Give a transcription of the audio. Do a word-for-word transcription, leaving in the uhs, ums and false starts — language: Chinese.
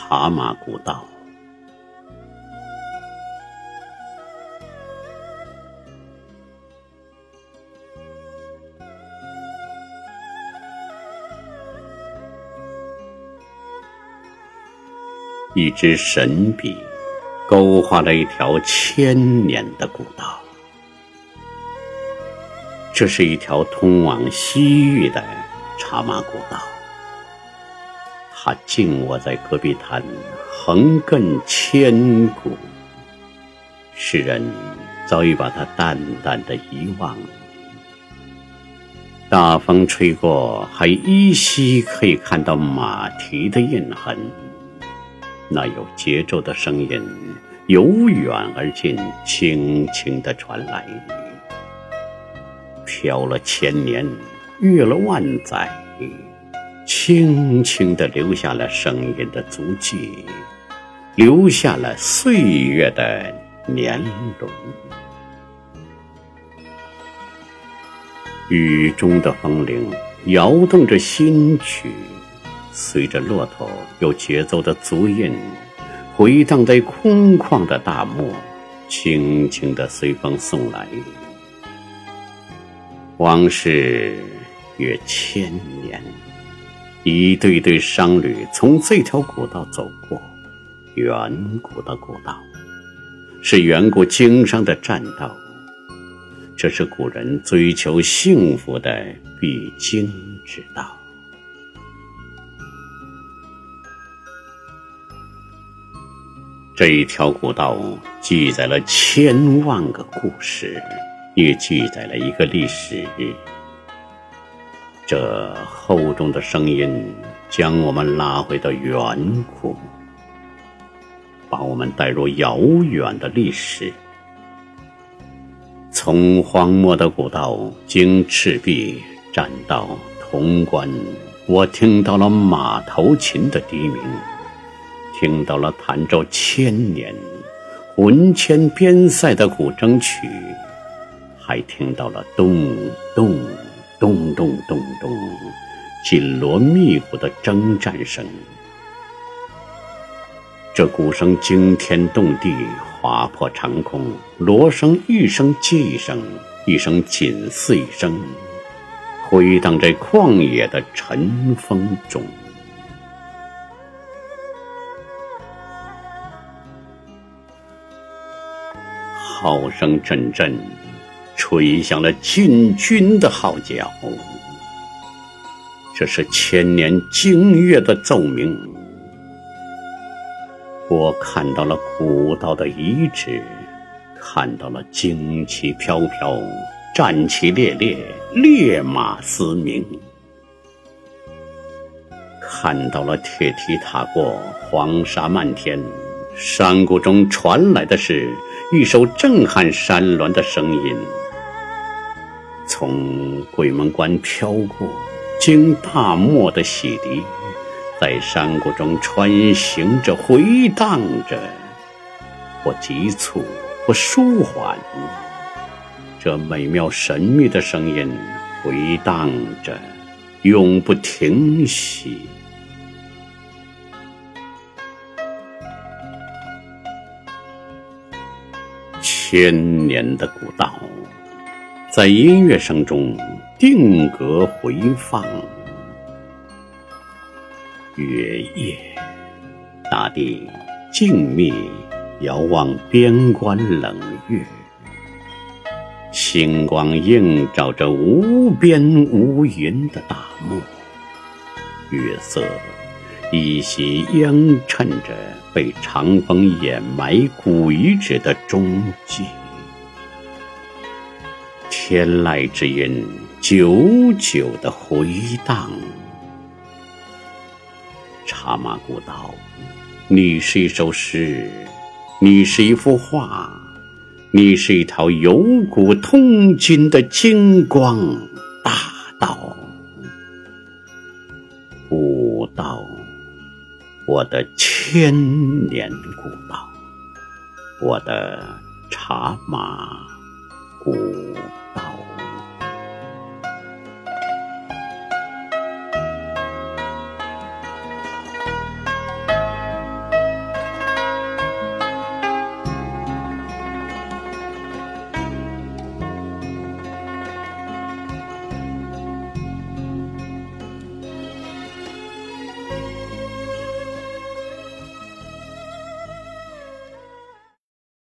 茶马古道。一支神笔勾画了一条千年的古道，这是一条通往西域的茶马古道，它静卧在戈壁滩，横亘千古，世人早已把它淡淡的遗忘。大风吹过，还依稀可以看到马蹄的印痕，那有节奏的声音由远而近，轻轻地传来，飘了千年，越了万载，轻轻地留下了声音的足迹，留下了岁月的年轮。雨中的风铃摇动着新曲，随着骆驼有节奏的足印，回荡在空旷的大漠，轻轻地随风送来。往事越千年，一对对商旅从这条古道走过，远古的古道，是远古经商的栈道，这是古人追求幸福的必经之道。这一条古道记载了千万个故事，也记载了一个历史。这厚重的声音将我们拉回到远古，把我们带入遥远的历史。从荒漠的古道经赤壁站到潼关，我听到了马头琴的低鸣，听到了弹奏千年魂牵边塞的古筝曲，还听到了咚咚咚咚咚咚紧锣密鼓的征战声。这鼓声惊天动地，划破长空，锣声一声接一声，一声紧似一声，回荡在旷野的尘封中。号声阵阵，吹响了进军的号角，这是千年经月的奏鸣。我看到了古道的遗址，看到了旌旗飘飘，战旗猎猎，烈马嘶鸣，看到了铁蹄踏过，黄沙漫天，山谷中传来的是一首震撼山峦的声音，从鬼门关飘过，经大漠的洗涤，在山谷中穿行着，回荡着，或急促，或舒缓，这美妙神秘的声音回荡着，永不停息。千年的古道，在音乐声中定格回放。月夜，大地静谧，遥望边关冷月，星光映照着无边无云的大漠，月色依稀映衬着被长风掩埋古遗址的踪迹，天籁之音久久地回荡。茶马古道，你是一首诗，你是一幅画，你是一条由古通今的金光大道。古道，我的千年古道，我的茶马古道。